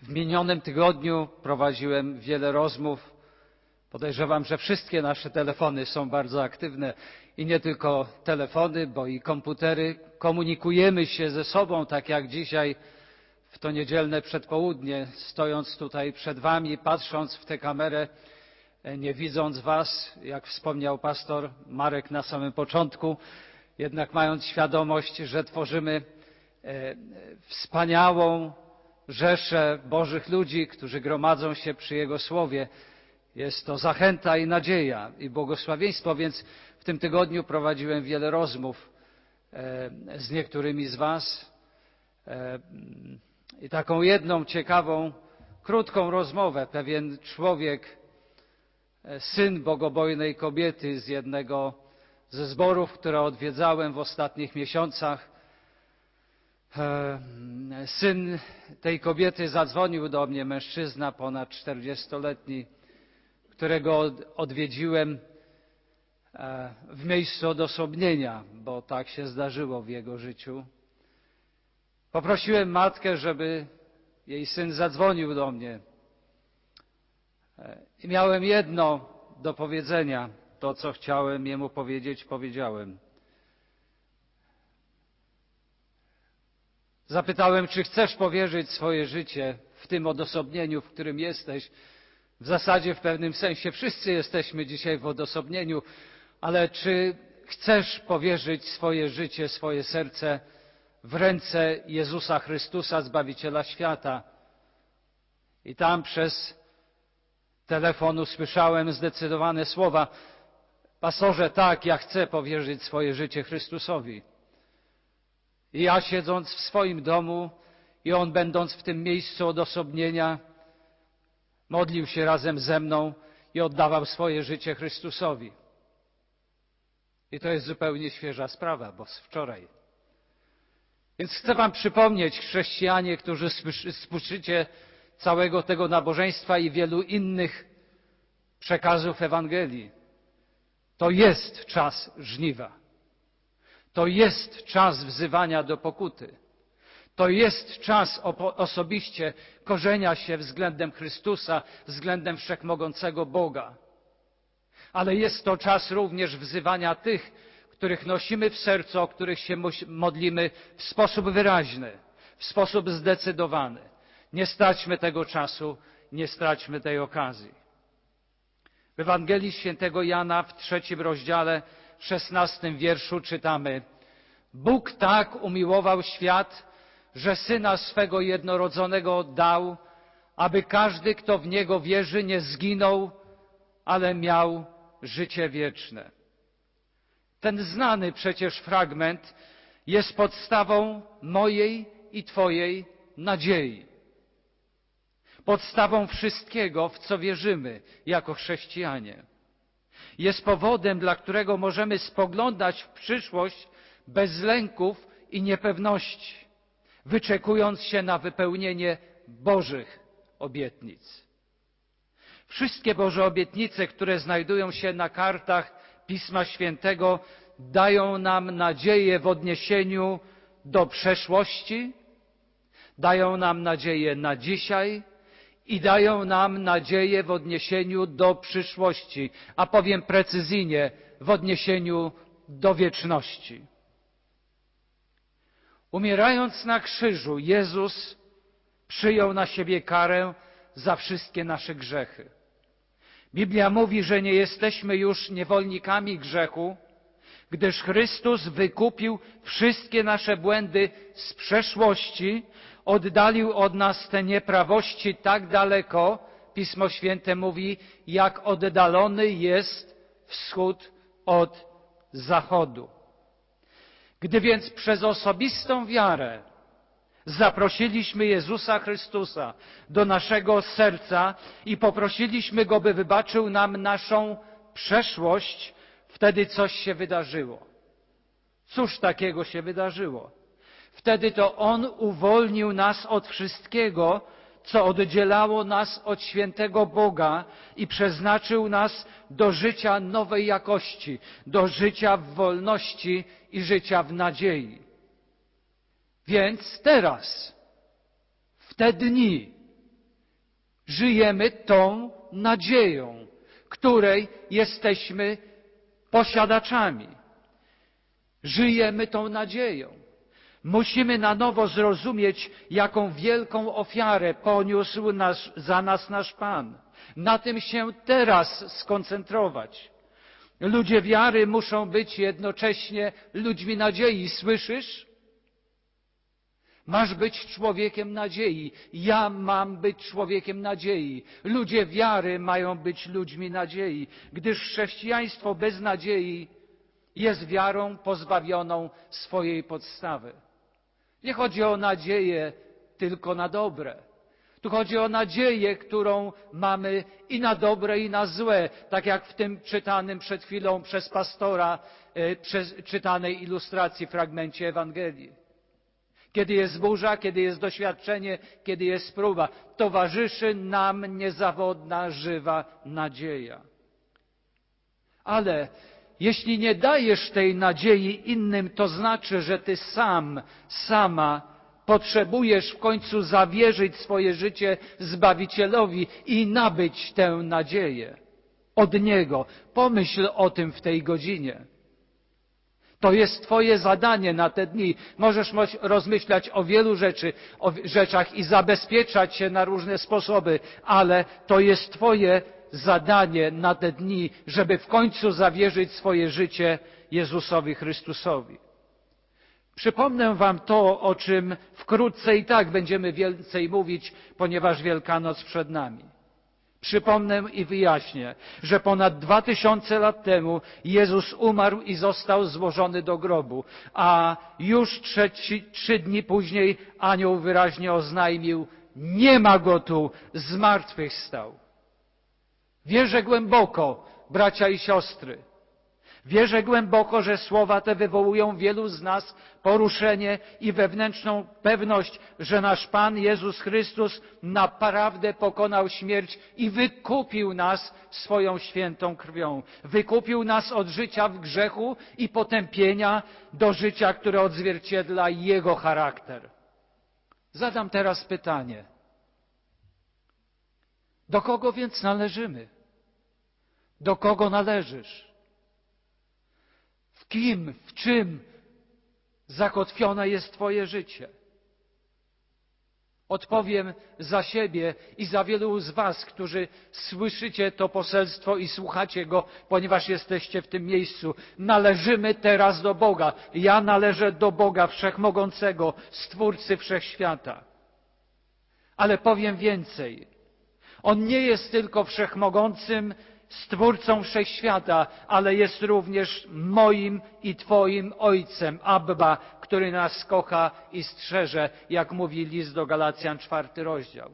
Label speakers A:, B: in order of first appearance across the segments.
A: W minionym tygodniu prowadziłem wiele rozmów. Podejrzewam, że wszystkie nasze telefony są bardzo aktywne i nie tylko telefony, bo i komputery. Komunikujemy się ze sobą, tak jak dzisiaj w to niedzielne przedpołudnie, stojąc tutaj przed wami, patrząc w tę kamerę, nie widząc was, jak wspomniał pastor Marek na samym początku, jednak mając świadomość, że tworzymy wspaniałą rzeszę Bożych ludzi, którzy gromadzą się przy Jego Słowie. Jest to zachęta i nadzieja i błogosławieństwo, więc w tym tygodniu prowadziłem wiele rozmów z niektórymi z was. I taką jedną ciekawą, krótką rozmowę pewien człowiek, syn bogobojnej kobiety z jednego ze zborów, które odwiedzałem w ostatnich miesiącach, syn tej kobiety zadzwonił do mnie, mężczyzna ponad 40-letni, którego odwiedziłem w miejscu odosobnienia, bo tak się zdarzyło w jego życiu. Poprosiłem matkę, żeby jej syn zadzwonił do mnie. I miałem jedno do powiedzenia. To, co chciałem jemu powiedzieć, powiedziałem. Zapytałem, czy chcesz powierzyć swoje życie w tym odosobnieniu, w którym jesteś. W zasadzie w pewnym sensie wszyscy jesteśmy dzisiaj w odosobnieniu, ale czy chcesz powierzyć swoje życie, swoje serce w ręce Jezusa Chrystusa, Zbawiciela świata? I tam przez telefon usłyszałem zdecydowane słowa: pastorze, tak, ja chcę powierzyć swoje życie Chrystusowi. I ja, siedząc w swoim domu i on, będąc w tym miejscu odosobnienia, modlił się razem ze mną i oddawał swoje życie Chrystusowi. I to jest zupełnie świeża sprawa, bo z wczoraj. Więc chcę wam przypomnieć, chrześcijanie, którzy słyszycie całego tego nabożeństwa i wielu innych przekazów Ewangelii, to jest czas żniwa. To jest czas wzywania do pokuty. To jest czas osobiście korzenia się względem Chrystusa, względem Wszechmogącego Boga. Ale jest to czas również wzywania tych, których nosimy w sercu, o których się modlimy w sposób wyraźny, w sposób zdecydowany. Nie straćmy tego czasu, nie straćmy tej okazji. W Ewangelii Świętego Jana w 3 rozdziale, w 16 wierszu czytamy: Bóg tak umiłował świat, że Syna swego jednorodzonego dał, aby każdy, kto w Niego wierzy, nie zginął, ale miał życie wieczne. Ten znany przecież fragment jest podstawą mojej i Twojej nadziei. Podstawą wszystkiego, w co wierzymy jako chrześcijanie. Jest powodem, dla którego możemy spoglądać w przyszłość bez lęków i niepewności, wyczekując się na wypełnienie Bożych obietnic. Wszystkie Boże obietnice, które znajdują się na kartach Pisma Świętego, dają nam nadzieję w odniesieniu do przeszłości, dają nam nadzieję na dzisiaj i dają nam nadzieję w odniesieniu do przyszłości, a powiem precyzyjnie, w odniesieniu do wieczności. Umierając na krzyżu, Jezus przyjął na siebie karę za wszystkie nasze grzechy. Biblia mówi, że nie jesteśmy już niewolnikami grzechu, gdyż Chrystus wykupił wszystkie nasze błędy z przeszłości, oddalił od nas te nieprawości tak daleko, Pismo Święte mówi, jak oddalony jest wschód od zachodu. Gdy więc przez osobistą wiarę zaprosiliśmy Jezusa Chrystusa do naszego serca i poprosiliśmy Go, by wybaczył nam naszą przeszłość, wtedy coś się wydarzyło. Cóż takiego się wydarzyło? Wtedy to On uwolnił nas od wszystkiego, co oddzielało nas od świętego Boga i przeznaczył nas do życia nowej jakości, do życia w wolności i życia w nadziei. Więc teraz, w te dni, Żyjemy tą nadzieją, której jesteśmy posiadaczami. Żyjemy tą nadzieją. Musimy na nowo zrozumieć, jaką wielką ofiarę poniósł za nas nasz Pan. Na tym się teraz skoncentrować. Ludzie wiary muszą być jednocześnie ludźmi nadziei. Słyszysz? Masz być człowiekiem nadziei. Ja mam być człowiekiem nadziei. Ludzie wiary mają być ludźmi nadziei, gdyż chrześcijaństwo bez nadziei jest wiarą pozbawioną swojej podstawy. Nie chodzi o nadzieję tylko na dobre. Tu chodzi o nadzieję, którą mamy i na dobre, i na złe, tak jak w tym czytanym przed chwilą przez pastora, czytanej ilustracji, fragmencie Ewangelii. Kiedy jest burza, kiedy jest doświadczenie, kiedy jest próba, towarzyszy nam niezawodna, żywa nadzieja. Ale jeśli nie dajesz tej nadziei innym, to znaczy, że ty sama potrzebujesz w końcu zawierzyć swoje życie Zbawicielowi i nabyć tę nadzieję od Niego. Pomyśl o tym w tej godzinie. To jest twoje zadanie na te dni. Możesz rozmyślać o wielu rzeczach i zabezpieczać się na różne sposoby, ale to jest twoje zadanie na te dni, żeby w końcu zawierzyć swoje życie Jezusowi Chrystusowi. Przypomnę wam to, o czym wkrótce i tak będziemy więcej mówić, ponieważ Wielkanoc przed nami. Przypomnę i wyjaśnię, że ponad 2000 lat temu Jezus umarł i został złożony do grobu, a już 3 dni później anioł wyraźnie oznajmił: nie ma go tu, zmartwychwstał. Wierzę głęboko, bracia i siostry, wierzę głęboko, że słowa te wywołują w wielu z nas poruszenie i wewnętrzną pewność, że nasz Pan Jezus Chrystus naprawdę pokonał śmierć i wykupił nas swoją świętą krwią. Wykupił nas od życia w grzechu i potępienia do życia, które odzwierciedla Jego charakter. Zadam teraz pytanie. Do kogo więc należymy? Do kogo należysz? W kim, w czym zakotwione jest twoje życie? Odpowiem za siebie i za wielu z was, którzy słyszycie to poselstwo i słuchacie go, ponieważ jesteście w tym miejscu. Należymy teraz do Boga. Ja należę do Boga Wszechmogącego, Stwórcy Wszechświata. Ale powiem więcej. On nie jest tylko wszechmogącym Stwórcą Wszechświata, ale jest również moim i Twoim Ojcem, Abba, który nas kocha i strzeże, jak mówi list do Galacjan, 4 rozdział.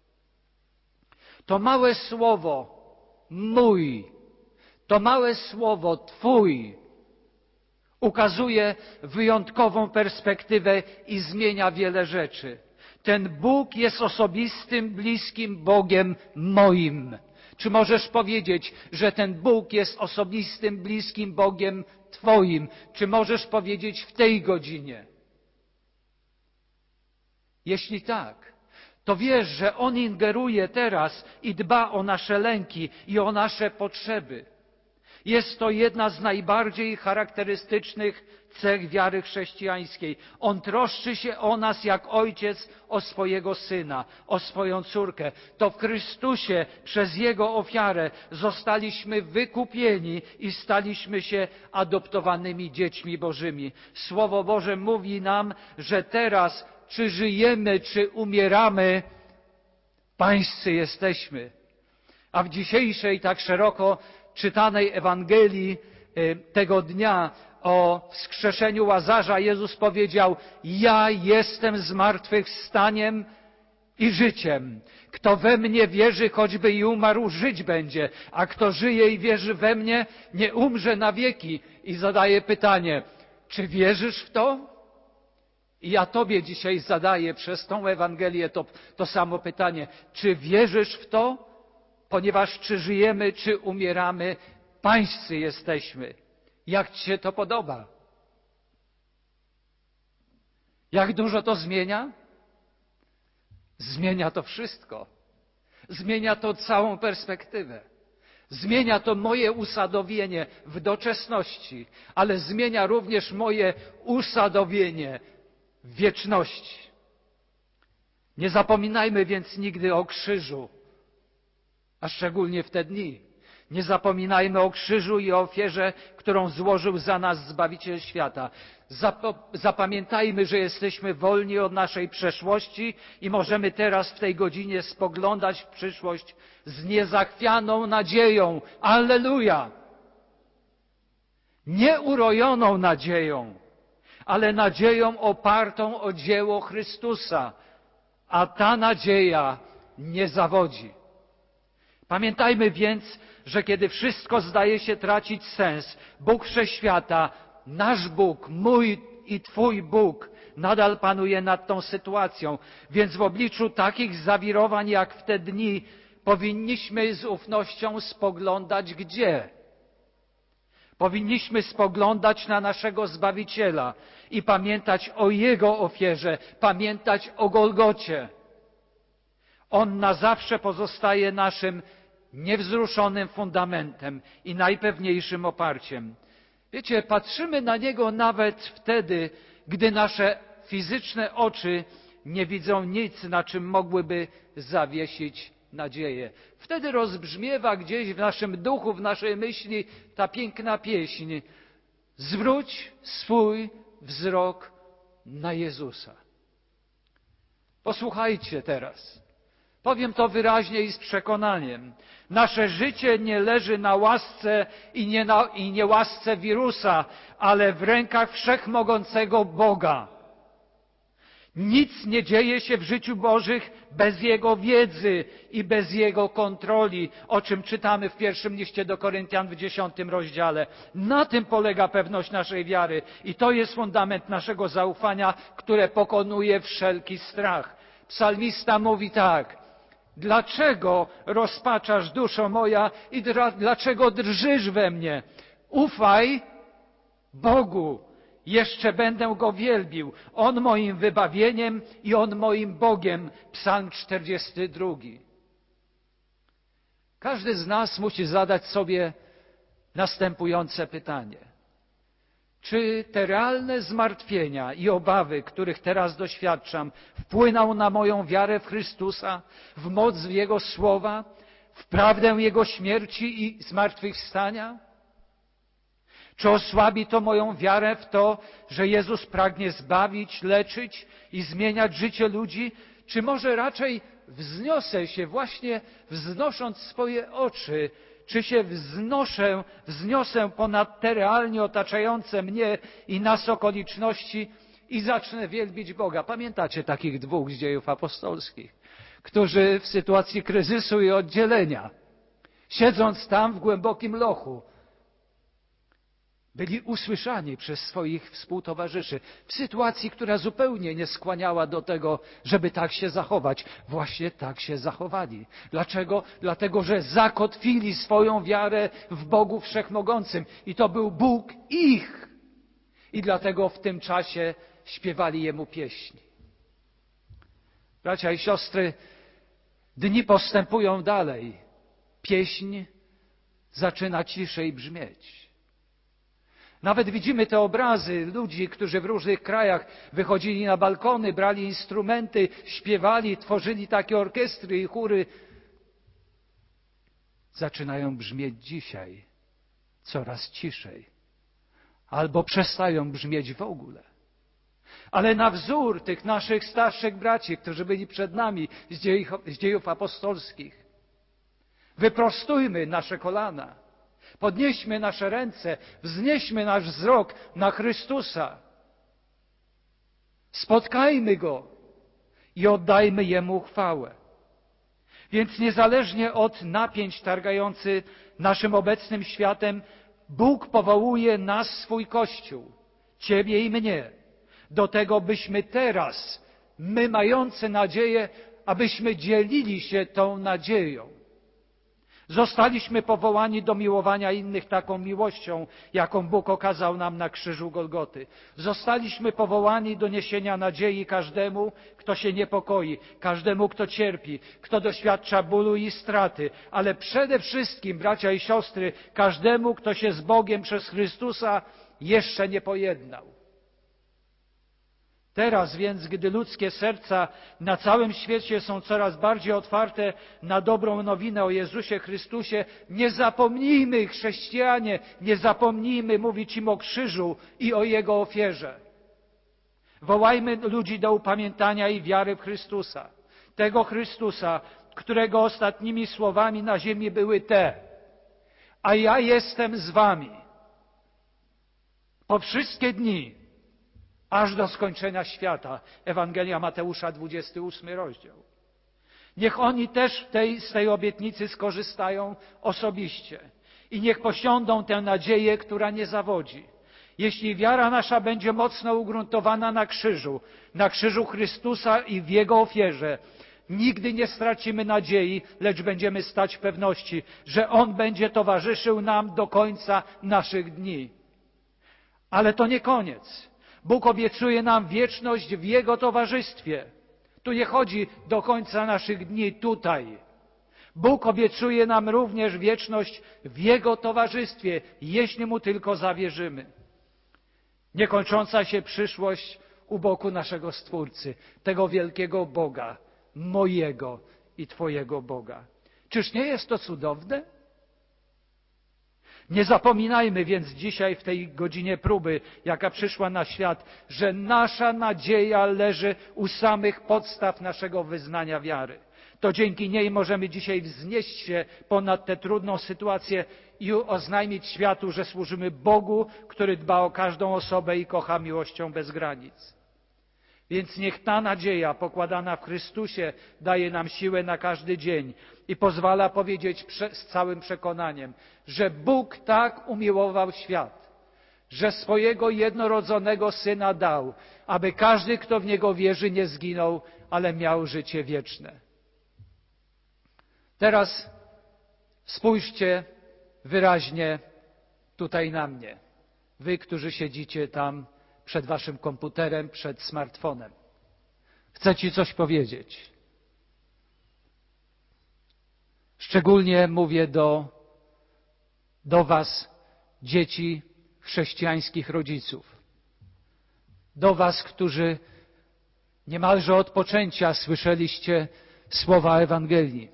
A: To małe słowo mój, to małe słowo Twój ukazuje wyjątkową perspektywę i zmienia wiele rzeczy. Ten Bóg jest osobistym, bliskim Bogiem moim. Czy możesz powiedzieć, że ten Bóg jest osobistym, bliskim Bogiem Twoim? Czy możesz powiedzieć w tej godzinie? Jeśli tak, to wiesz, że On ingeruje teraz i dba o nasze lęki i o nasze potrzeby. Jest to jedna z najbardziej charakterystycznych cech wiary chrześcijańskiej. On troszczy się o nas jak ojciec o swojego syna, o swoją córkę. To w Chrystusie przez Jego ofiarę zostaliśmy wykupieni i staliśmy się adoptowanymi dziećmi Bożymi. Słowo Boże mówi nam, że teraz, czy żyjemy, czy umieramy, pańscy jesteśmy. A w dzisiejszej tak szeroko czytanej Ewangelii tego dnia o wskrzeszeniu Łazarza Jezus powiedział: ja jestem zmartwychwstaniem i życiem. Kto we mnie wierzy, choćby i umarł, żyć będzie, a kto żyje i wierzy we mnie, nie umrze na wieki. I zadaje pytanie: czy wierzysz w to? I ja Tobie dzisiaj zadaję przez tą Ewangelię to samo pytanie. Czy wierzysz w to? Ponieważ czy żyjemy, czy umieramy, pańscy jesteśmy. Jak Ci się to podoba? Jak dużo to zmienia? Zmienia to wszystko. Zmienia to całą perspektywę. Zmienia to moje usadowienie w doczesności, ale zmienia również moje usadowienie w wieczności. Nie zapominajmy więc nigdy o krzyżu, a szczególnie w te dni. Nie zapominajmy o krzyżu i o ofierze, którą złożył za nas Zbawiciel świata. Zapamiętajmy, że jesteśmy wolni od naszej przeszłości i możemy teraz w tej godzinie spoglądać w przyszłość z niezachwianą nadzieją. Alleluja! Nieurojoną nadzieją, ale nadzieją opartą o dzieło Chrystusa. A ta nadzieja nie zawodzi. Pamiętajmy więc, że kiedy wszystko zdaje się tracić sens, Bóg Wszechświata, nasz Bóg, mój i Twój Bóg, nadal panuje nad tą sytuacją. Więc w obliczu takich zawirowań jak w te dni powinniśmy z ufnością spoglądać gdzie? Powinniśmy spoglądać na naszego Zbawiciela i pamiętać o Jego ofierze, pamiętać o Golgocie. On na zawsze pozostaje naszym niewzruszonym fundamentem i najpewniejszym oparciem. Wiecie, patrzymy na Niego nawet wtedy, gdy nasze fizyczne oczy nie widzą nic, na czym mogłyby zawiesić nadzieję. Wtedy rozbrzmiewa gdzieś w naszym duchu, w naszej myśli ta piękna pieśń. Zwróć swój wzrok na Jezusa. Posłuchajcie teraz. Powiem to wyraźnie i z przekonaniem. Nasze życie nie leży na łasce i niełasce wirusa, ale w rękach wszechmogącego Boga. Nic nie dzieje się w życiu Bożych bez Jego wiedzy i bez Jego kontroli, o czym czytamy w pierwszym liście do Koryntian w 10 rozdziale. Na tym polega pewność naszej wiary i to jest fundament naszego zaufania, które pokonuje wszelki strach. Psalmista mówi tak: dlaczego rozpaczasz, duszo moja, i dlaczego drżysz we mnie? Ufaj Bogu, jeszcze będę Go wielbił. On moim wybawieniem i On moim Bogiem. Psalm 42. Każdy z nas musi zadać sobie następujące pytanie. Czy te realne zmartwienia i obawy, których teraz doświadczam, wpłyną na moją wiarę w Chrystusa, w moc Jego słowa, w prawdę Jego śmierci i zmartwychwstania? Czy osłabi to moją wiarę w to, że Jezus pragnie zbawić, leczyć i zmieniać życie ludzi? Czy może raczej wzniosę się, właśnie wznosząc swoje oczy, czy się wzniosę ponad te realnie otaczające mnie i nas okoliczności i zacznę wielbić Boga? Pamiętacie takich dwóch z Dziejów Apostolskich, którzy w sytuacji kryzysu i oddzielenia, siedząc tam w głębokim lochu, byli usłyszani przez swoich współtowarzyszy w sytuacji, która zupełnie nie skłaniała do tego, żeby tak się zachować. Właśnie tak się zachowali. Dlaczego? Dlatego, że zakotwili swoją wiarę w Bogu Wszechmogącym. I to był Bóg ich. I dlatego w tym czasie śpiewali Jemu pieśni. Bracia i siostry, dni postępują dalej. Pieśń zaczyna ciszej brzmieć. Nawet widzimy te obrazy ludzi, którzy w różnych krajach wychodzili na balkony, brali instrumenty, śpiewali, tworzyli takie orkiestry i chóry. Zaczynają brzmieć dzisiaj coraz ciszej. Albo przestają brzmieć w ogóle. Ale na wzór tych naszych starszych braci, którzy byli przed nami z Dziejów Apostolskich, wyprostujmy nasze kolana. Podnieśmy nasze ręce, wznieśmy nasz wzrok na Chrystusa. Spotkajmy Go i oddajmy Jemu chwałę. Więc niezależnie od napięć targających naszym obecnym światem, Bóg powołuje nas, swój Kościół, Ciebie i mnie, do tego, byśmy teraz, my mający nadzieję, abyśmy dzielili się tą nadzieją. Zostaliśmy powołani do miłowania innych taką miłością, jaką Bóg okazał nam na krzyżu Golgoty. Zostaliśmy powołani do niesienia nadziei każdemu, kto się niepokoi, każdemu, kto cierpi, kto doświadcza bólu i straty, ale przede wszystkim, bracia i siostry, każdemu, kto się z Bogiem przez Chrystusa jeszcze nie pojednał. Teraz więc, gdy ludzkie serca na całym świecie są coraz bardziej otwarte na dobrą nowinę o Jezusie Chrystusie, nie zapomnijmy, chrześcijanie, nie zapomnijmy mówić im o krzyżu i o Jego ofierze. Wołajmy ludzi do upamiętania i wiary w Chrystusa. Tego Chrystusa, którego ostatnimi słowami na ziemi były te: a ja jestem z wami po wszystkie dni, aż do skończenia świata. Ewangelia Mateusza, 28 rozdział. Niech oni też z tej obietnicy skorzystają osobiście i niech posiądą tę nadzieję, która nie zawodzi. Jeśli wiara nasza będzie mocno ugruntowana na krzyżu Chrystusa i w Jego ofierze, nigdy nie stracimy nadziei, lecz będziemy stać w pewności, że On będzie towarzyszył nam do końca naszych dni. Ale to nie koniec. Bóg obiecuje nam wieczność w Jego towarzystwie. Tu nie chodzi do końca naszych dni tutaj. Bóg obiecuje nam również wieczność w Jego towarzystwie, jeśli Mu tylko zawierzymy. Niekończąca się przyszłość u boku naszego Stwórcy, tego wielkiego Boga, mojego i Twojego Boga. Czyż nie jest to cudowne? Nie zapominajmy więc dzisiaj w tej godzinie próby, jaka przyszła na świat, że nasza nadzieja leży u samych podstaw naszego wyznania wiary. To dzięki niej możemy dzisiaj wznieść się ponad tę trudną sytuację i oznajmić światu, że służymy Bogu, który dba o każdą osobę i kocha miłością bez granic. Więc niech ta nadzieja pokładana w Chrystusie daje nam siłę na każdy dzień i pozwala powiedzieć z całym przekonaniem, że Bóg tak umiłował świat, że swojego jednorodzonego Syna dał, aby każdy, kto w Niego wierzy, nie zginął, ale miał życie wieczne. Teraz spójrzcie wyraźnie tutaj na mnie, wy, którzy siedzicie tam przed waszym komputerem, przed smartfonem. Chcę ci coś powiedzieć. Szczególnie mówię do was, dzieci chrześcijańskich rodziców. Do was, którzy niemalże od poczęcia słyszeliście słowa Ewangelii.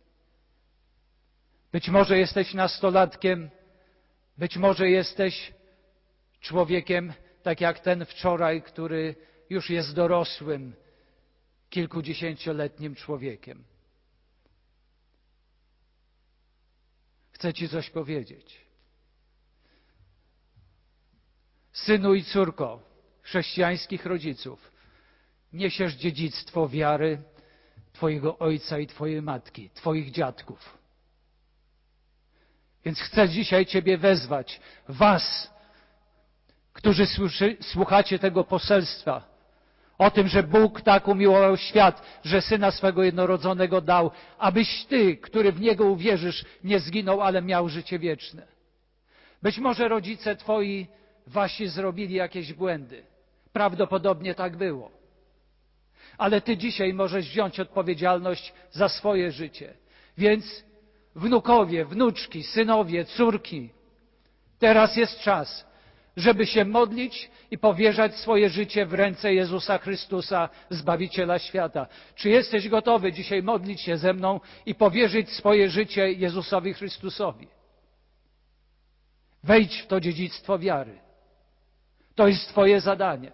A: Być może jesteś nastolatkiem, być może jesteś człowiekiem, tak jak ten wczoraj, który już jest dorosłym, kilkudziesięcioletnim człowiekiem. Chcę ci coś powiedzieć. Synu i córko chrześcijańskich rodziców, niesiesz dziedzictwo wiary twojego ojca i twojej matki, twoich dziadków. Więc chcę dzisiaj ciebie wezwać, was, którzy słuchacie tego poselstwa, o tym, że Bóg tak umiłował świat, że Syna swego jednorodzonego dał, abyś ty, który w Niego uwierzysz, nie zginął, ale miał życie wieczne. Być może rodzice twoi, wasi zrobili jakieś błędy. Prawdopodobnie tak było. Ale ty dzisiaj możesz wziąć odpowiedzialność za swoje życie. Więc wnukowie, wnuczki, synowie, córki, teraz jest czas, żeby się modlić i powierzać swoje życie w ręce Jezusa Chrystusa, Zbawiciela świata. Czy jesteś gotowy dzisiaj modlić się ze mną i powierzyć swoje życie Jezusowi Chrystusowi? Wejdź w to dziedzictwo wiary. To jest twoje zadanie.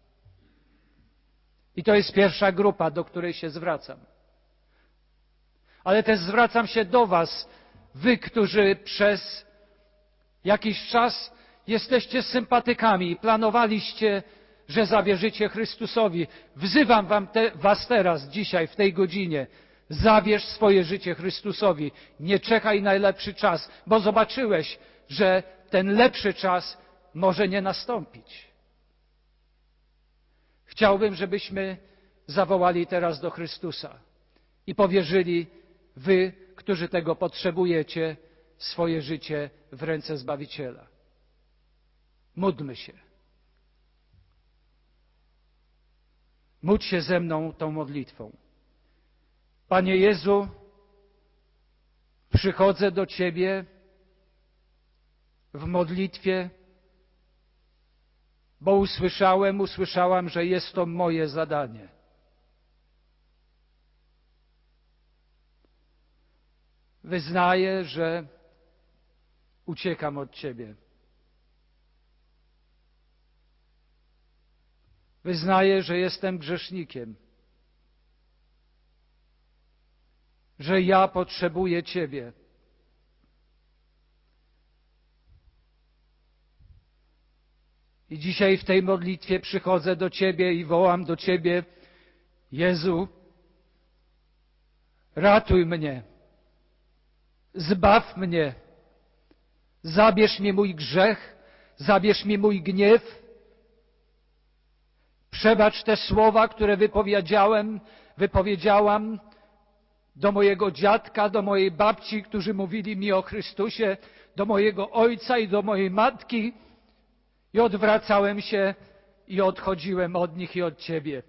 A: I to jest pierwsza grupa, do której się zwracam. Ale też zwracam się do was, wy, którzy przez jakiś czas jesteście sympatykami i planowaliście, że zawierzycie Chrystusowi. Wzywam was teraz, dzisiaj, w tej godzinie. Zawierz swoje życie Chrystusowi. Nie czekaj na lepszy czas, bo zobaczyłeś, że ten lepszy czas może nie nastąpić. Chciałbym, żebyśmy zawołali teraz do Chrystusa i powierzyli wy, którzy tego potrzebujecie, swoje życie w ręce Zbawiciela. Módlmy się. Módl się ze mną tą modlitwą. Panie Jezu, przychodzę do Ciebie w modlitwie, bo usłyszałam, że jest to moje zadanie. Wyznaję, że uciekam od Ciebie. Wyznaję, że jestem grzesznikiem, że ja potrzebuję Ciebie. I dzisiaj w tej modlitwie przychodzę do Ciebie i wołam do Ciebie: Jezu, ratuj mnie, zbaw mnie, zabierz mi mój grzech, zabierz mi mój gniew, przebacz te słowa, które wypowiedziałam do mojego dziadka, do mojej babci, którzy mówili mi o Chrystusie, do mojego ojca i do mojej matki, i odwracałem się i odchodziłem od nich i od Ciebie.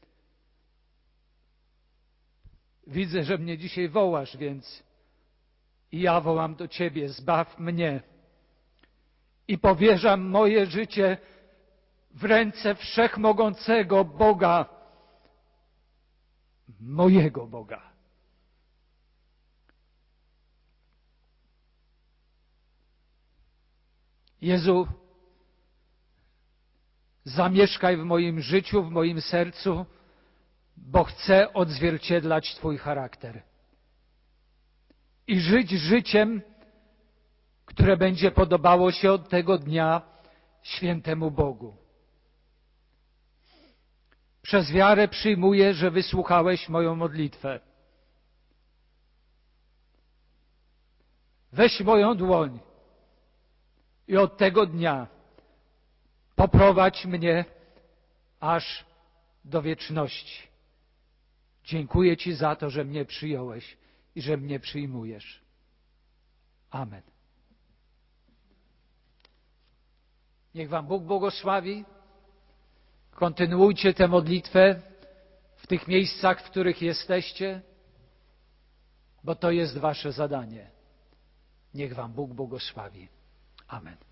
A: Widzę, że mnie dzisiaj wołasz, więc i ja wołam do Ciebie: zbaw mnie. I powierzam moje życie w ręce wszechmogącego Boga, mojego Boga. Jezu, zamieszkaj w moim życiu, w moim sercu, bo chcę odzwierciedlać Twój charakter. I żyć życiem, które będzie podobało się od tego dnia świętemu Bogu. Przez wiarę przyjmuję, że wysłuchałeś moją modlitwę. Weź moją dłoń i od tego dnia poprowadź mnie aż do wieczności. Dziękuję Ci za to, że mnie przyjąłeś i że mnie przyjmujesz. Amen. Niech Wam Bóg błogosławi. Kontynuujcie tę modlitwę w tych miejscach, w których jesteście, bo to jest Wasze zadanie. Niech Wam Bóg błogosławi. Amen.